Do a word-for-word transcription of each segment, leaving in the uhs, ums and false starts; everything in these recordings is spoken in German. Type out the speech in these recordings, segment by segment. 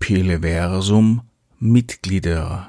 Spieleversum Mitglieder.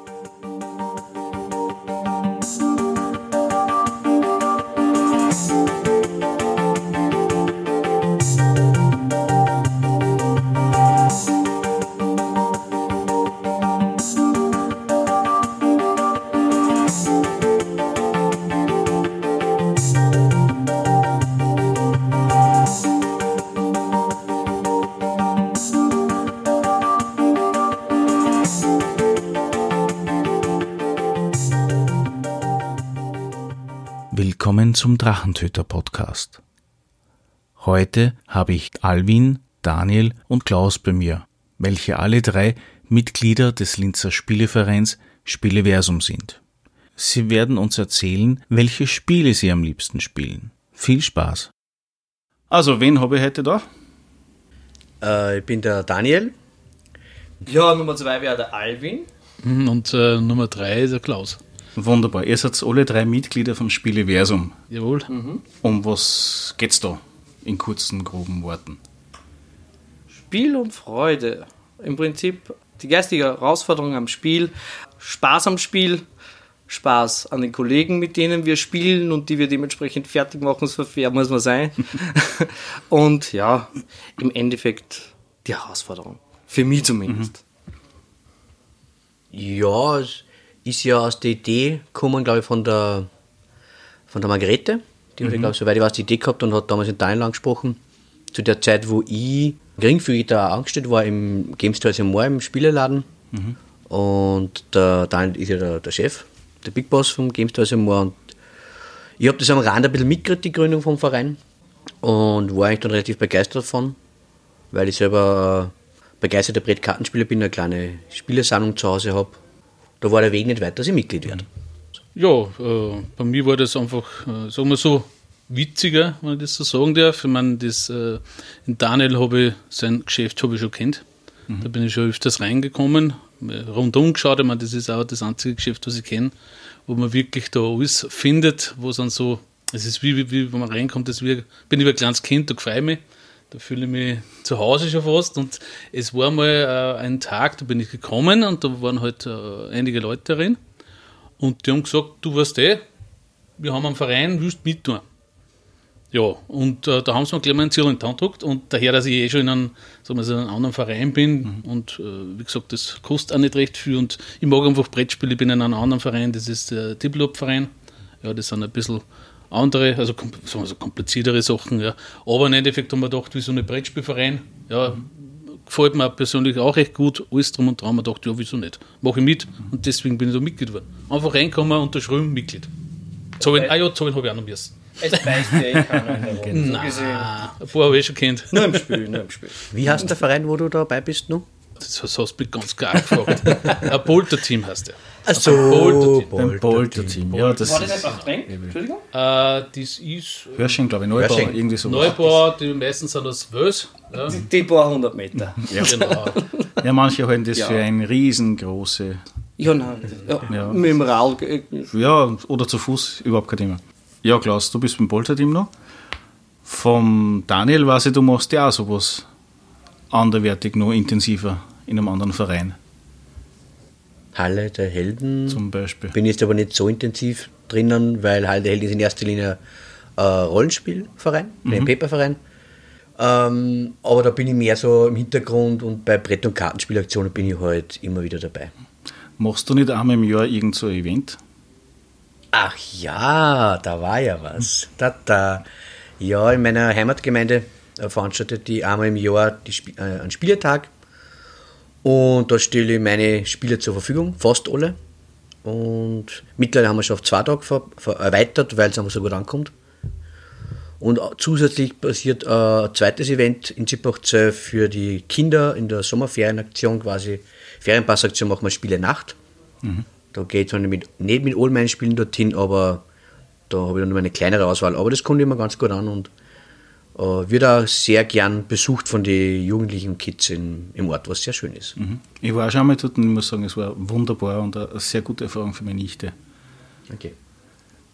Willkommen zum Drachentöter-Podcast. Heute habe ich Alvin, Daniel und Klaus bei mir, welche alle drei Mitglieder des Linzer Spielevereins Spieleversum sind. Sie werden uns erzählen, welche Spiele sie am liebsten spielen. Viel Spaß! Also, wen habe ich heute da? Äh, ich bin der Daniel. Ja, Nummer zwei wäre der Alvin. Und äh, Nummer drei ist der Klaus. Wunderbar. Ihr seid alle drei Mitglieder vom Spieleversum. Jawohl. Mhm. Um was geht's da? In kurzen, groben Worten. Spiel und Freude. Im Prinzip die geistige Herausforderung am Spiel, Spaß am Spiel, Spaß an den Kollegen, mit denen wir spielen und die wir dementsprechend fertig machen, so fair muss man sein. Und ja, im Endeffekt die Herausforderung. Für mich zumindest. Ja, es ist ja aus der Idee gekommen, glaube ich, von der, von der Margarete. Die hat, mhm. glaube ich, soweit ich weiß, die Idee gehabt und hat damals in Daniel angesprochen. Zu der Zeit, wo ich geringfügig da angestellt war im Games Toys im Moor, im Spieleladen. Mhm. Und der Daniel ist ja der, der Chef, der Big Boss vom Games Toys im Moor. Und ich habe das am Rand ein bisschen mitgekriegt, die Gründung vom Verein. Und war eigentlich dann relativ begeistert davon, weil ich selber begeisterter Brettkartenspieler bin, eine kleine Spielesammlung zu Hause habe. Da war der Weg nicht weit, dass ich Mitglied werde. Ja, äh, bei mir war das einfach, äh, sagen wir so, witziger, wenn ich das so sagen darf. Ich meine, das, äh, in Daniel habe ich, sein Geschäft habe ich schon kennt. Mhm. Da bin ich schon öfters reingekommen, rundum geschaut. Ich meine, das ist auch das einzige Geschäft, was ich kenne, wo man wirklich da alles findet, wo es dann so, es ist wie, wie, wie wenn man reinkommt, das wie, bin ich wie ein kleines Kind, da freue ich mich. Da fühle ich mich zu Hause schon fast. Und es war mal äh, ein Tag, da bin ich gekommen und da waren halt äh, einige Leute drin. Und die haben gesagt, du weißt eh, wir haben einen Verein, willst du mittun? Ja, und äh, da haben sie mir gleich mal einen Ziel in die Hand gedruckt. Und daher, dass ich eh schon in einem, sagen wir so, einem anderen Verein bin mhm. und äh, wie gesagt, das kostet auch nicht recht viel. Und ich mag einfach Brettspiele, ich bin in einem anderen Verein, das ist der Tippelop-Verein. Ja, das sind ein bisschen andere, also sagen wir so kompliziertere Sachen, ja. Aber im Endeffekt haben wir gedacht, wie so ein Brettspielverein, ja, gefällt mir persönlich auch recht gut, alles drum und dran. Man dachte, ja, wieso nicht? Mache ich mit und deswegen bin ich da Mitglied geworden. Einfach reinkommen, unterschreiben, Mitglied. Zahlen, ah ja, zahlen habe ich auch noch müssen. Es beißt ja eh keiner in der Runde. Nein, so ein paar habe ich schon kennt. Nur im Spiel, nur im Spiel. Wie heißt der Verein, wo du dabei bist noch? Das hast du mich ganz klar gefragt. Ein Polter-Team heißt der. Ach so, Ein Polter-Team. Ja, das war das einfach drin? Entschuldigung? Äh, das ist Hörsching, glaube ich, Neubau, Hörsching. irgendwie so. Neubau, die meisten sind aus Wels. Ja. Die, die paar hundert Meter. Ja. Genau. Ja, manche halten das Ja. für eine riesengroße, Ja, nein. Ja, Ja. Mit dem Rad. äh, ja, oder zu Fuß, überhaupt kein Thema. Ja, Klaus, du bist beim Polter-Team noch. Vom Daniel weiß ich, du machst ja auch sowas anderwertig noch intensiver in einem anderen Verein, Halle der Helden. zum Beispiel. Bin jetzt aber nicht so intensiv drinnen, weil Halle der Helden ist in erster Linie ein Rollenspielverein, mhm. ein Paperverein. Ähm, aber da bin ich mehr so im Hintergrund und bei Brett- und Kartenspielaktionen bin ich halt immer wieder dabei. Machst du nicht einmal im Jahr irgend so ein Event? Ach ja, da war ja was. Da, da. Ja, in meiner Heimatgemeinde äh, veranstaltet die einmal im Jahr die Sp- äh, einen Spielertag. Und da stelle ich meine Spiele zur Verfügung, fast alle. Und mittlerweile haben wir schon auf zwei Tage ver- ver- erweitert, weil es einfach so gut ankommt. Und zusätzlich passiert äh, ein zweites Event in Zippachzell für die Kinder in der Sommerferienaktion, quasi Ferienpassaktion, machen wir Spiele Nacht. Mhm. Da geht es mit, nicht mit all meinen Spielen dorthin, aber da habe ich dann nur eine kleinere Auswahl. Aber das kommt immer ganz gut an und äh, wird auch sehr gern besucht von den Jugendlichen und Kids in, im Ort, was sehr schön ist. Mhm. Ich war schon mal dort und ich muss sagen, es war wunderbar und eine sehr gute Erfahrung für meine Nichte. Okay.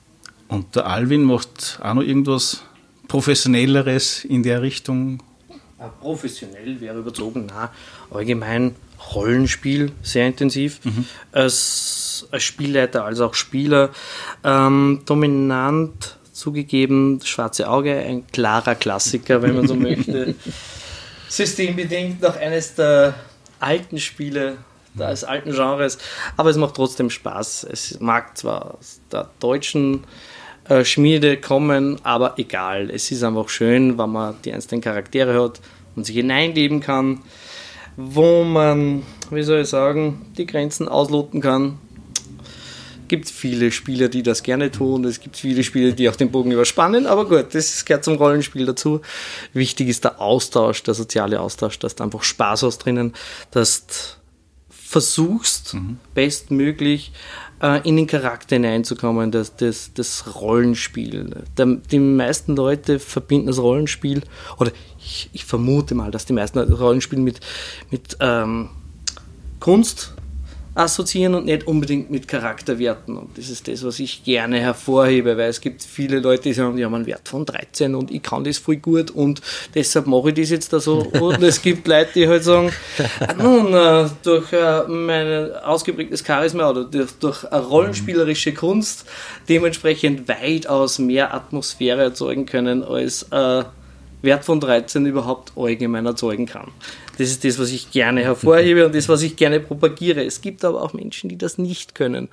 Und der Alvin macht auch noch irgendwas Professionelleres in der Richtung? Professionell wäre überzogen, na, allgemein Rollenspiel, sehr intensiv, mhm. als, als Spielleiter, als auch Spieler, ähm, dominant zugegeben, Schwarze Auge, ein klarer Klassiker, wenn man so möchte, systembedingt noch eines der alten Spiele, des alten Genres, aber es macht trotzdem Spaß, es mag zwar aus der deutschen Schmiede kommen, aber egal. Es ist einfach schön, wenn man die einzelnen Charaktere hat und sich hineinleben kann, wo man, wie soll ich sagen, die Grenzen ausloten kann. Es gibt viele Spieler, die das gerne tun. Es gibt viele Spieler, die auch den Bogen überspannen, aber gut, das gehört zum Rollenspiel dazu. Wichtig ist der Austausch, der soziale Austausch, dass du einfach Spaß hast drinnen, dass du versuchst, mhm. bestmöglich in den Charakter hineinzukommen, das, das, das Rollenspiel. Der, die meisten Leute verbinden das Rollenspiel, oder ich, ich vermute mal, dass die meisten Leute das Rollenspiel mit, mit ähm, Kunst assoziieren und nicht unbedingt mit Charakterwerten. Und das ist das, was ich gerne hervorhebe, weil es gibt viele Leute, die sagen, die haben einen Wert von dreizehn und ich kann das voll gut und deshalb mache ich das jetzt da so. Und es gibt Leute, die halt sagen, nun, äh, durch äh, mein ausgeprägtes Charisma oder durch, durch eine rollenspielerische Kunst dementsprechend weitaus mehr Atmosphäre erzeugen können, als äh, Wert von dreizehn überhaupt allgemein erzeugen kann. Das ist das, was ich gerne hervorhebe und das, was ich gerne propagiere. Es gibt aber auch Menschen, die das nicht können.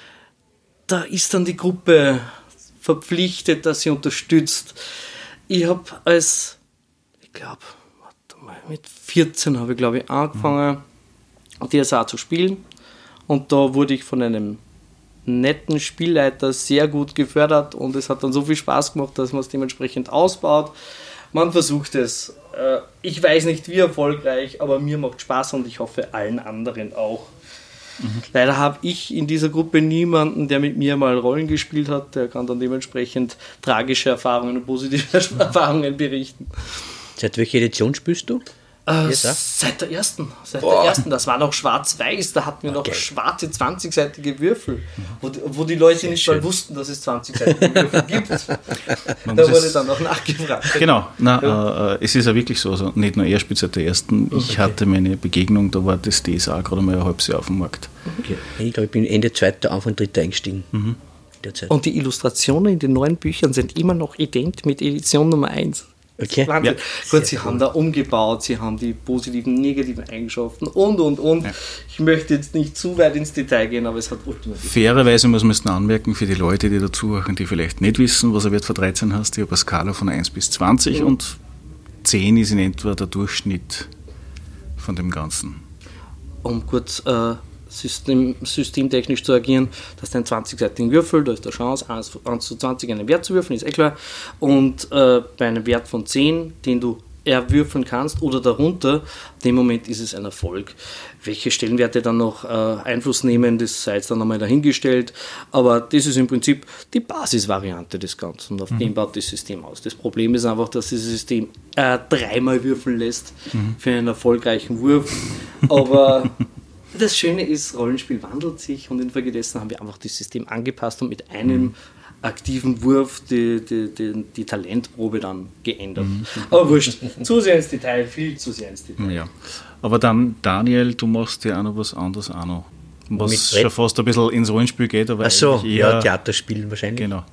Da ist dann die Gruppe verpflichtet, dass sie unterstützt. Ich habe als, ich glaube, mit vierzehn habe ich, glaube ich, angefangen, D S A zu spielen. Und da wurde ich von einem netten Spielleiter sehr gut gefördert und es hat dann so viel Spaß gemacht, dass man es dementsprechend ausbaut. Man versucht es. Ich weiß nicht, wie erfolgreich, aber mir macht Spaß und ich hoffe allen anderen auch. Mhm. Leider habe ich in dieser Gruppe niemanden, der mit mir mal Rollen gespielt hat. Der kann dann dementsprechend tragische Erfahrungen und positive Erfahrungen berichten. Seit welcher Edition spielst du? Äh, seit der ersten. Seit Boah. der ersten. Das war noch schwarz-weiß. Da hatten wir okay. noch schwarze zwanzigseitige Würfel, wo die, wo die Leute Sehr nicht schön. mal wussten, dass es zwanzigseitige Würfel gibt. Man da wurde dann auch nachgefragt. Genau. Na, ja. äh, es ist ja wirklich so. Also nicht nur er spielt seit der ersten. Ich okay. hatte meine Begegnung, da war das D S A gerade mal ein halbes Jahr auf dem Markt. Okay. Ich glaube, ich bin Ende zweiter, Anfang dritter eingestiegen. Mhm. Derzeit. Und die Illustrationen in den neuen Büchern sind immer noch ident mit Edition Nummer eins. Okay. Ja. Gut, sie cool. haben da umgebaut, sie haben die positiven, negativen Eigenschaften und, und, und. Ja. Ich möchte jetzt nicht zu weit ins Detail gehen, aber es hat ultimativ. Fairerweise muss man es noch anmerken, für die Leute, die dazuhören, die vielleicht nicht wissen, was ein Wert von dreizehn hast, ich habe eine Skala von eins bis zwanzig mhm. und zehn ist in etwa der Durchschnitt von dem Ganzen. Um kurz äh, System, systemtechnisch zu agieren, dass du einen zwanzigseitigen Würfel, da ist der Chance, eins zu zwanzig einen Wert zu würfeln, ist eh klar. Und äh, bei einem Wert von zehn, den du erwürfeln kannst oder darunter, in dem Moment ist es ein Erfolg. Welche Stellenwerte dann noch äh, Einfluss nehmen, das sei jetzt dann einmal dahingestellt. Aber das ist im Prinzip die Basisvariante des Ganzen. Und auf mhm. dem baut das System aus. Das Problem ist einfach, dass dieses System äh, dreimal würfeln lässt mhm. für einen erfolgreichen Wurf. Aber das Schöne ist, Rollenspiel wandelt sich und infolgedessen haben wir einfach das System angepasst und mit einem mhm. aktiven Wurf die, die, die, die Talentprobe dann geändert. Mhm. Aber wurscht, zu sehr ins Detail, viel zu sehr ins Detail. Ja. Aber dann, Daniel, du machst ja auch noch was anderes auch noch. Was schon fast ein bisschen ins Rollenspiel geht. Aber Ach so, ja, Theaterspielen wahrscheinlich. Genau.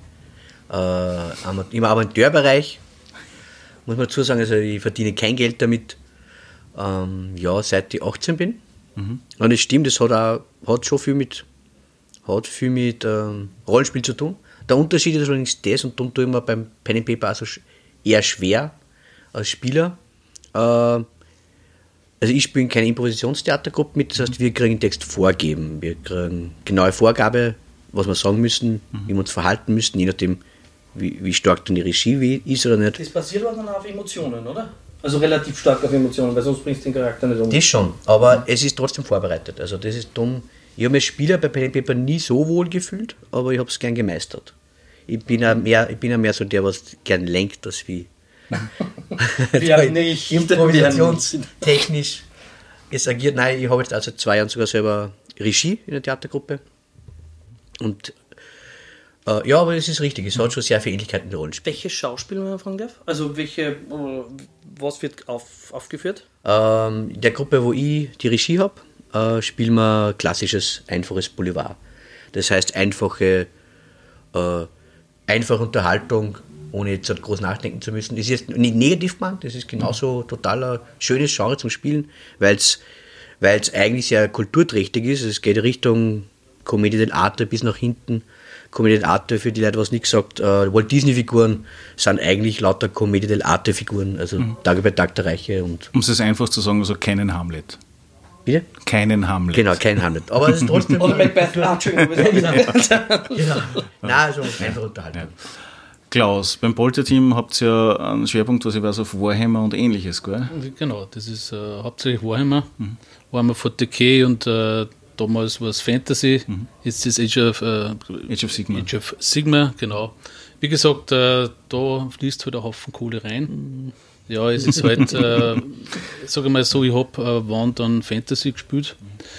Äh, Im Amateurbereich muss man dazu sagen, also ich verdiene kein Geld damit, ähm, ja, seit ich achtzehn bin. Mhm. Und es stimmt, das hat, auch, hat schon viel mit, hat viel mit ähm, Rollenspiel zu tun. Der Unterschied ist allerdings das, und darum tue ich mir beim Pen and Paper also eher schwer als Spieler. Äh, also ich spiele in keiner Improvisationstheatergruppe mit, das heißt, wir kriegen den Text vorgeben. Wir kriegen genaue Vorgabe, was wir sagen müssen, mhm. wie wir uns verhalten müssen, je nachdem, wie, wie stark dann die Regie ist oder nicht. Das basiert aber dann auf Emotionen, oder? Also relativ stark auf Emotionen, weil sonst bringst du den Charakter nicht um. Das schon, aber es ist trotzdem vorbereitet. Also das ist dumm. Ich habe als Spieler bei Pen and Paper nie so wohl gefühlt, aber ich habe es gern gemeistert. Ich bin ja mehr, ich bin ja mehr so der, was gern lenkt, als wie ja, nicht improvisationstechnisch es agiert. Nein, ich habe jetzt also zwei Jahren sogar selber Regie in der Theatergruppe und Äh, ja, aber das ist richtig. Es hat schon sehr viele Ähnlichkeiten mit Rollenspiel. Welche Schauspieler, wenn man fragen darf? Also welche, äh, was wird auf, aufgeführt? Ähm, in der Gruppe, wo ich die Regie habe, äh, spielen wir klassisches, einfaches Boulevard. Das heißt einfache, äh, einfache Unterhaltung, ohne jetzt halt groß nachdenken zu müssen. Das ist jetzt nicht negativ gemeint, das ist genauso total ein schönes Genre zum Spielen, weil es eigentlich sehr kulturträchtig ist. Es geht Richtung Commedia dell'arte bis nach hinten. Commedia dell'arte, für die Leute, was nicht gesagt, äh, Walt Disney-Figuren sind eigentlich lauter Commedia dell'arte-Figuren, also mhm. Tage bei Tag der Reiche. Und um es einfach zu sagen, also keinen Hamlet. Bitte? Keinen Hamlet. Genau, keinen Hamlet. Aber es ist trotzdem... Oder Macbeth. Ah, Entschuldigung. genau. genau. Nein, also einfach Unterhaltung. Ja. Klaus, beim Polter-Team habt ihr ja einen Schwerpunkt, was ich weiß, auf Warhammer und Ähnliches, gell? Genau, das ist äh, hauptsächlich Warhammer. Mhm. Warhammer forty K und äh, damals war es Fantasy, mhm. jetzt ist Age of, äh, Age of Sigmar. Age of Sigmar, genau. Wie gesagt, äh, da fließt halt ein Haufen Kohle rein. Ja, es ist halt, äh, sage ich mal so, ich habe äh, wann dann Fantasy gespielt,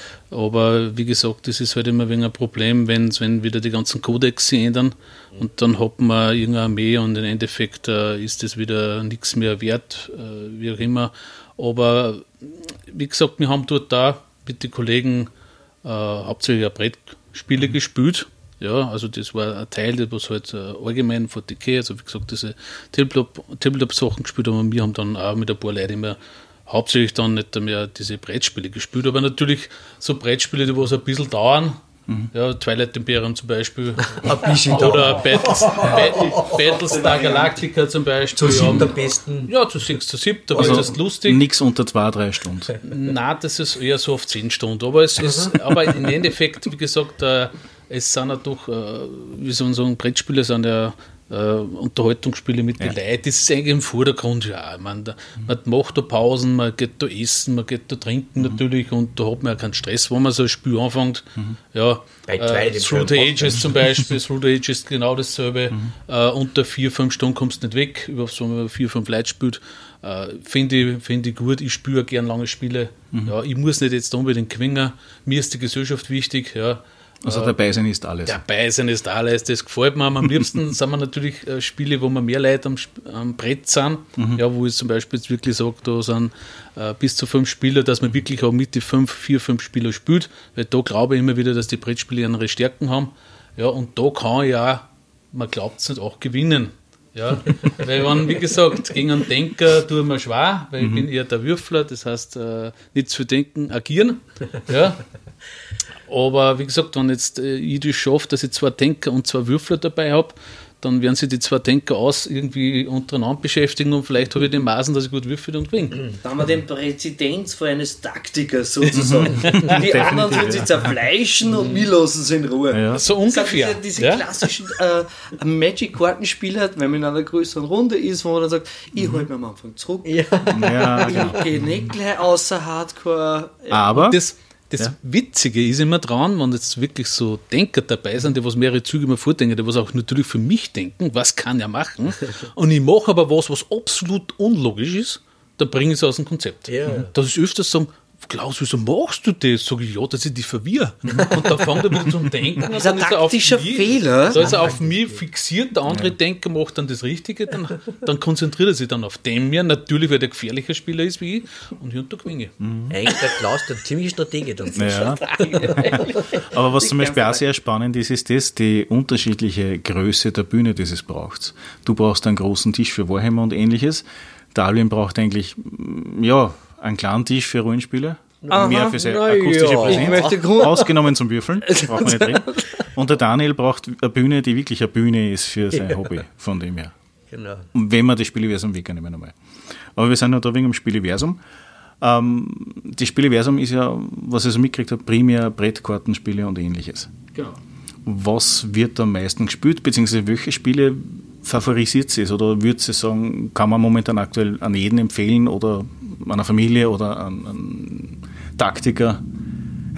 aber wie gesagt, das ist halt immer ein wenig ein Problem, wenn's, wenn wieder die ganzen Codex sich ändern und dann hat man irgendeine Armee und im Endeffekt äh, ist das wieder nichts mehr wert, äh, wie auch immer. Aber wie gesagt, wir haben dort da mit den Kollegen äh, hauptsächlich auch Brettspiele mhm. gespielt. Ja, also das war ein Teil, was halt äh, allgemein von D K, also wie gesagt, diese Tabletop-Sachen gespielt haben, und wir haben dann auch mit ein paar Leuten immer hauptsächlich dann nicht mehr diese Brettspiele gespielt, aber natürlich so Brettspiele, die was ein bisschen dauern, mhm. ja, Twilight Imperium zum Beispiel, oder Battles, Battlestar Galactica zum Beispiel. Zu siebter besten. Ja, zu sechs, zu sieben, da also wird das lustig. Nichts unter zwei, drei Stunden. Nein, das ist eher so auf zehn Stunden, aber es ist, aber im Endeffekt, wie gesagt, äh, es sind ja doch, äh, wie soll man sagen, Brettspiele sind ja äh, Unterhaltungsspiele mit ja. den Leuten, das ist eigentlich im Vordergrund, ja. Ich meine, da, mhm. man macht da Pausen, man geht da essen, man geht da trinken mhm. natürlich und da hat man ja keinen Stress, wenn man so ein Spiel anfängt. Mhm. Ja, äh, Through the Ages zum Beispiel, Through the Ages genau dasselbe. Mhm. Äh, unter vier, fünf Stunden kommst du nicht weg, überhaupt wenn man vier, fünf Leute spielt. Äh, Finde ich, find ich gut, ich spiele gerne lange Spiele. Mhm. Ja, ich muss nicht jetzt unbedingt gewinnen, mir ist die Gesellschaft wichtig, ja. Also dabei sein ist alles. Dabei sein ist alles, das gefällt mir. Am liebsten sind wir natürlich äh, Spiele, wo wir mehr Leute am, am Brett sind, mhm. ja, wo ich zum Beispiel jetzt wirklich sage, da sind äh, bis zu fünf Spieler, dass man wirklich auch mit die fünf, vier, fünf Spieler spielt, weil da glaube ich immer wieder, dass die Brettspiele andere Stärken haben. Ja, und da kann ich ja, man glaubt es nicht, auch gewinnen. Ja, weil wenn, wie gesagt, gegen einen Denker tue ich mir schwer, weil mhm. ich bin eher der Würfler, das heißt, äh, nicht zu denken, agieren. Ja. Aber wie gesagt, wenn jetzt äh, ich das schaffe, dass ich zwei Denker und zwei Würfler dabei habe, dann werden sich die zwei Denker aus irgendwie untereinander beschäftigen und vielleicht habe ich den Maßen, dass ich gut würfel und gewinne. Da haben wir den Präzedenzfall eines Taktikers sozusagen. Die anderen sollen sich zerfleischen und wir lassen sie in Ruhe. Ja. So ungefähr. Das sind diese, diese ja? klassischen äh, Magic-Kartenspieler, wenn man in einer größeren Runde ist, wo man dann sagt, ich mhm. halte mich am Anfang zurück. Ja. Ja, genau. Ich gehe nicht gleich außer Hardcore. Aber das Das ja. Witzige ist immer dran, wenn jetzt wirklich so Denker dabei sind, die was mehrere Züge immer vordenken, die was auch natürlich für mich denken, was kann er machen, und ich mache aber was, was absolut unlogisch ist, dann bringe ich es aus dem Konzept. Ja. Das ist öfters so, Klaus, wieso machst du das? Sag ich, ja, dass ich dich verwirre. Und dann fängt er wieder zum Denken. Das ist ein taktischer mich, Fehler. Da ist er auf mich fixiert, der andere ja. Denker macht dann das Richtige, dann, dann konzentriert er sich dann auf den mehr. Natürlich, weil der gefährlicher Spieler ist wie ich, und hier und da gewinne ich. Mhm. Eigentlich der Klaus, der ziemliche Stratege dann. Ja. Aber was zum Beispiel auch sehr spannend ist, ist das, die unterschiedliche Größe der Bühne, die es braucht. Du brauchst einen großen Tisch für Warhammer und Ähnliches. Darwin braucht eigentlich, ja, einen kleinen Tisch für Rollenspiele, Aha, mehr für seine akustische ja. Präsenz, ausgenommen zum Würfeln, braucht man nicht reden. Und der Daniel braucht eine Bühne, die wirklich eine Bühne ist für sein ja. Hobby, von dem her. Genau. Wenn wir das Spieleversum wegnehmen einmal. Aber wir sind ja da wegen dem Spieleversum. Ähm, das Spieleversum ist ja, was ich so mitgekriegt habe, primär Brettkartenspiele und Ähnliches. Genau. Was wird am meisten gespielt, beziehungsweise welche Spiele favorisiert sie es, oder würde sie sagen, kann man momentan aktuell an jeden empfehlen oder einer Familie oder an, an Taktiker?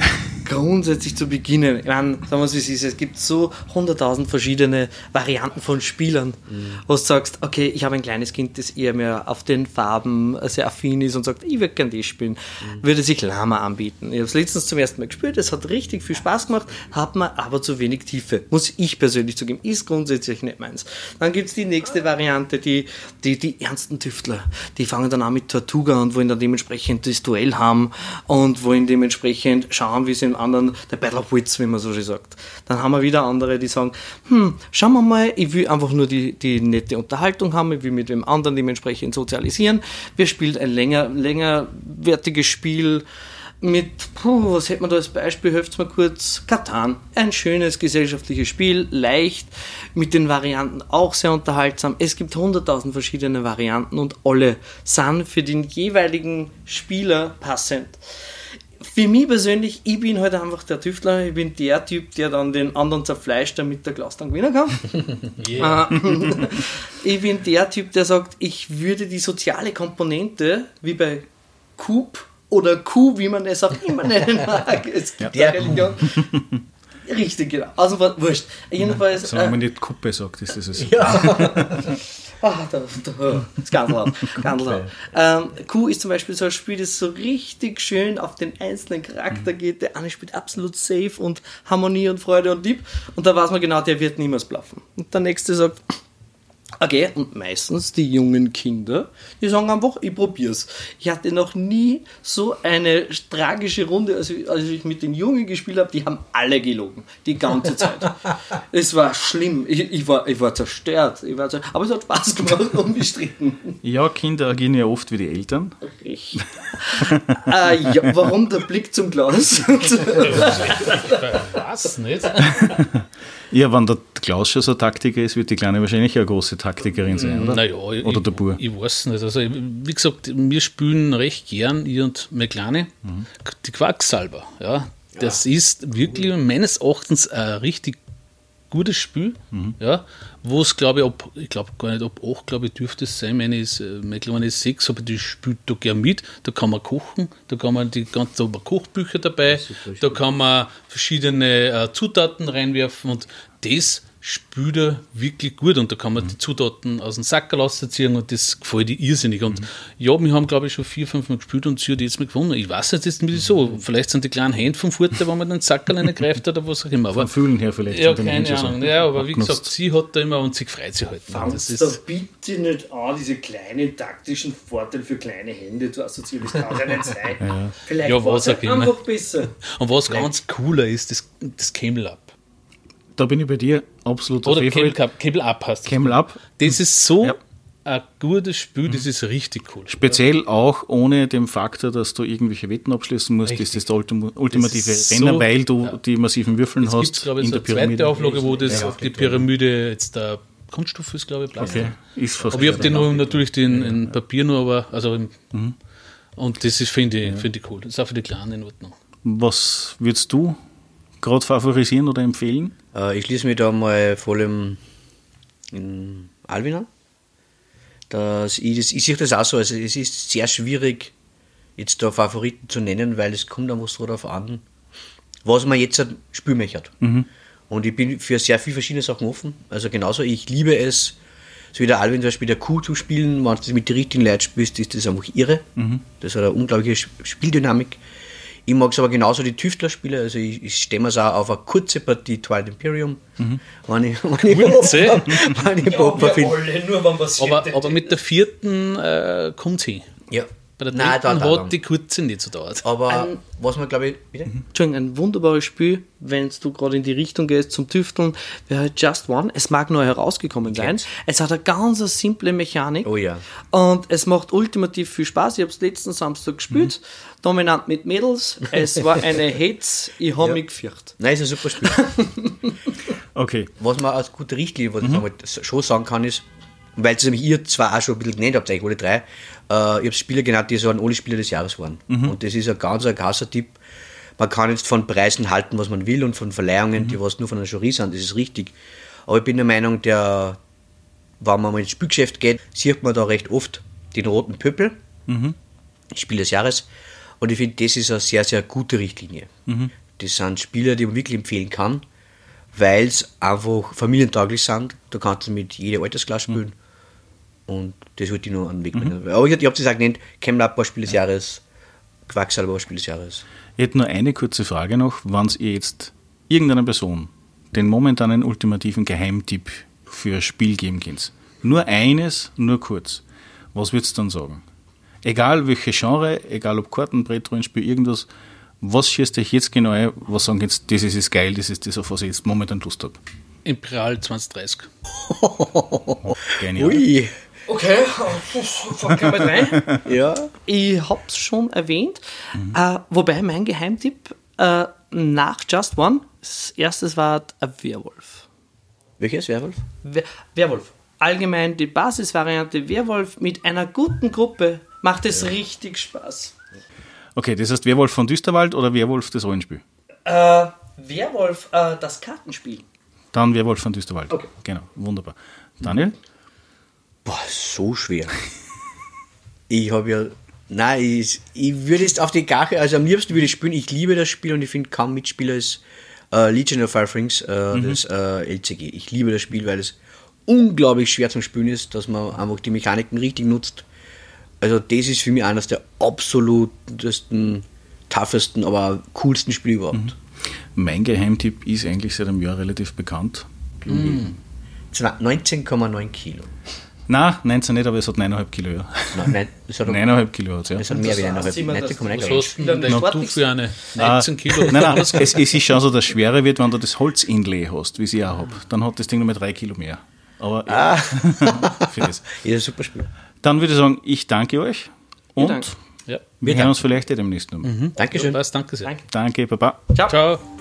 grundsätzlich zu beginnen, ich meine, sagen wir es wie es ist, es gibt so hunderttausend verschiedene Varianten von Spielern, mhm. wo du sagst, okay, ich habe ein kleines Kind, das eher mehr auf den Farben sehr affin ist und sagt, ich würde gerne das spielen, mhm. würde sich Lama anbieten. Ich habe es letztens zum ersten Mal gespielt, es hat richtig viel Spaß gemacht, hat man aber zu wenig Tiefe, muss ich persönlich zugeben, ist grundsätzlich nicht meins. Dann gibt es die nächste Variante, die, die, die ernsten Tüftler, die fangen dann an mit Tortuga und wollen dann dementsprechend das Duell haben und wollen dementsprechend schauen, wie sie im anderen, der Battle of Wits, wie man so schön sagt. Dann haben wir wieder andere, die sagen, hm, schauen wir mal, ich will einfach nur die, die nette Unterhaltung haben, ich will mit dem anderen dementsprechend sozialisieren. Wir spielen ein länger, längerwertiges Spiel mit, puh, was hätte man da als Beispiel, helft mir kurz, Catan. Ein schönes gesellschaftliches Spiel, leicht, mit den Varianten auch sehr unterhaltsam. Es gibt hunderttausend verschiedene Varianten und alle sind für den jeweiligen Spieler passend. Für mich persönlich, ich bin halt einfach der Tüftler, ich bin der Typ, der dann den anderen zerfleischt, damit der Klaus dann gewinnen kann. Yeah. Ich bin der Typ, der sagt, ich würde die soziale Komponente, wie bei Coop oder Kuh, wie man es auch immer nennen mag, es gibt ja Religion. Richtig, genau. Also, wurscht. Jedenfalls. Solange man nicht Kuppe sagt, ist das es. Ja. Ah, da, da, das ist ganz laut. Ganz laut. Ähm, Q ist zum Beispiel so ein Spiel, das so richtig schön auf den einzelnen Charakter geht. Der eine spielt absolut safe und Harmonie und Freude und Lieb. Und da weiß man genau, der wird niemals bluffen. Und der nächste sagt, okay, und meistens die jungen Kinder, die sagen einfach, ich probier's. Ich hatte noch nie so eine tragische Runde, als ich, als ich mit den Jungen gespielt habe, die haben alle gelogen, die ganze Zeit. Es war schlimm, ich, ich, war, ich war zerstört, ich war zerstört, aber es hat Spaß gemacht, unbestritten. Ja, Kinder agieren ja oft wie die Eltern. Richtig. äh, ja, warum der Blick zum Glas? Was nicht? Ja, wenn der Klaus schon so Taktiker ist, wird die Kleine wahrscheinlich eine große Taktikerin sein, oder? Naja, oder ich, der Bub. Ich weiß nicht. Also, wie gesagt, wir spielen recht gern, ich und meine Kleine, mhm. die Quacksalber. Ja, das ja. ist wirklich meines Erachtens ein richtig gutes Spiel, mhm. ja, wo es, glaube ich, ab, ich glaube gar nicht, ab acht, glaube ich, dürfte es sein, meine ist, meine Kleine ist sechs, aber die spielt da gern mit, da kann man kochen, da kann man die ganzen, da haben wir Kochbücher dabei, da kann man verschiedene äh, Zutaten reinwerfen und das spielt er wirklich gut und da kann man mhm. die Zutaten aus dem Sack rausziehen und das gefällt ihr irrsinnig. Und mhm. ja, wir haben, glaube ich, schon vier, fünf Mal gespielt und sie hat jetzt mal gewonnen. Ich weiß nicht, jetzt wieso. Mhm. Vielleicht sind die kleinen Hände vom Vorteil, wenn man den Sack alleine greift oder was auch immer. Aber, vom Fühlen her vielleicht. Ja, keine Ahnung. So ja, aber wie gesagt, sie hat da immer und sie freut sich halt. Fangst da bitte nicht an, diese kleinen taktischen Vorteile für kleine Hände zu assoziieren. Das kann ja nicht sein. Ja. Vielleicht ja, was auch immer. Einfach besser. Und was vielleicht. Ganz cooler ist, das, das Camel Up. Da bin ich bei dir absolut Oder Camel Up, Camel Up heißt das. Camel Up. Das ist so ja. ein gutes Spiel, das ist richtig cool. Speziell auch ohne den Faktor, dass du irgendwelche Wetten abschließen musst, richtig. Ist das der ultim- ultimative das Renner, so, weil du ja. die massiven Würfeln jetzt hast. Gibt es, glaube ich, in so der Pyramide. Zweite Auflage, wo das ja, auf die Pyramide jetzt der Kunststoff ist, glaube ich, Plastik. Okay. Ist fast aber ich habe den noch natürlich den, in Papier nur, aber also im, mhm. und das ist, finde ich, ja. find ich cool. Das ist auch für die Kleinen in Ordnung. Was würdest du gerade favorisieren oder empfehlen? Äh, ich schließe mich da mal voll im, in Alvin an. Das, ich, das, ich sehe das auch so, also es ist sehr schwierig, jetzt da Favoriten zu nennen, weil es kommt einfach so darauf an, was man jetzt spielen möchte. Mhm. Und ich bin für sehr viele verschiedene Sachen offen. Also genauso, ich liebe es, so wie der Alvin zum Beispiel der Q zu spielen, wenn du mit den richtigen Leuten spielst, ist das einfach irre. Mhm. Das hat eine unglaubliche Spieldynamik. Ich mag es aber genauso die Tüftler-Spiele, also ich, ich stehe mir es auch auf eine kurze Partie Twilight Imperium. Mhm. Wenn ich, wenn ich kurze? Bob, wenn ich Bob ja, alle, nur wenn was aber, aber mit der vierten äh, kommt es hin. Ja. Bei der dritten Nein, da, da, hat die kurze nicht so dauert. Aber ein, was man, glaube ich, bitte? Entschuldigung, ein wunderbares Spiel, wenn du gerade in die Richtung gehst zum Tüfteln, wäre halt Just One. Es mag neu herausgekommen sein. Okay. Es hat eine ganz simple Mechanik. Oh ja. Und es macht ultimativ viel Spaß. Ich habe es letzten Samstag gespielt. Mhm. Dominant mit Mädels. Es war eine Hetz. Ich habe ja. mich gefürchtet. Nein, ist ein super Spiel. Okay. Was man als gute Richtlinie, was mhm. ich schon sagen kann, ist, weil es ihr zwar auch schon ein bisschen genannt habt, eigentlich alle drei, äh, ich habe Spieler genannt, die so an alle Spieler des Jahres waren. Mhm. Und das ist ein ganz ein krasser Tipp. Man kann jetzt von Preisen halten, was man will und von Verleihungen, mhm. die was nur von einer Jury sind, das ist richtig. Aber ich bin der Meinung, der, wenn man mal ins Spielgeschäft geht, sieht man da recht oft den roten Pöppel, mhm. Spiel des Jahres. Und ich finde, das ist eine sehr, sehr gute Richtlinie. Mhm. das sind Spieler, die man wirklich empfehlen kann, weil es einfach familientauglich sind. Da kannst du mit jeder Altersklasse spielen. Mhm. Und das wollte ich noch an den Weg bringen. Mhm. Aber ich, ich habe es auch genannt, Kemmler war Spiel des Jahres, Quacksalber war Spiel des Jahres. Ich hätte nur eine kurze Frage noch. Wenn ihr jetzt irgendeiner Person den momentanen ultimativen Geheimtipp für ein Spiel geben könnt, nur eines, nur kurz, was würdest du dann sagen? Egal welche Genre, egal ob Karten, Brett, Rollenspiel, irgendwas, was schießt euch jetzt genau ein, was sagen jetzt, das ist geil, das ist das, auf was ich jetzt momentan Lust habe? Imperial zwanzig dreißig. Oh, genial. Ui. Okay, fang gleich mal rein. Ja. Ich habe es schon erwähnt, mhm. äh, wobei mein Geheimtipp äh, nach Just One, das erste war ein Werwolf. Welches Werwolf? We- Werwolf. Allgemein die Basisvariante Werwolf mit einer guten Gruppe macht es ja. richtig Spaß. Okay, das heißt Werwolf von Düsterwald oder Werwolf das Rollenspiel? Äh, Werwolf, äh, das Kartenspiel. Dann Werwolf von Düsterwald. Okay. Genau, wunderbar. Daniel? Boah, so schwer. ich habe ja, nein, ich, ich würde jetzt auf die Gache, also am liebsten würde ich spielen, ich liebe das Spiel und ich finde kaum Mitspieler ist äh, Legion of Firefrings, äh, mhm. das äh, L C G. Ich liebe das Spiel, weil es unglaublich schwer zum Spielen ist, dass man einfach die Mechaniken richtig nutzt. Also das ist für mich eines der absolutesten, toughesten, aber coolsten Spiele überhaupt. Mhm. Mein Geheimtipp ist eigentlich seit einem Jahr relativ bekannt. Mhm. neunzehn Komma neun Kilo. Nein, neunzehn nicht, aber es hat neun Komma fünf Kilo, ja. Nein, nein, das hat neun Komma fünf Kilo hat es, ja. Es hat mehr wie neun Komma fünf. neunzehn Komma neun. Was hast du denn du für eine? neunzehn Kilo? Nein, nein, es, es ist schon so, dass es schwerer wird, wenn du das Holz-Inlay hast, wie ich auch habe. Dann hat das Ding noch mal drei Kilo mehr. Aber ah. für das. Ja, super Spiel. Dann würde ich sagen, ich danke euch und Dank. Ja. wir hören uns vielleicht eh demnächst noch. Mhm. Dankeschön. Was, danke sehr. Danke. Danke, Baba. Ciao. Ciao.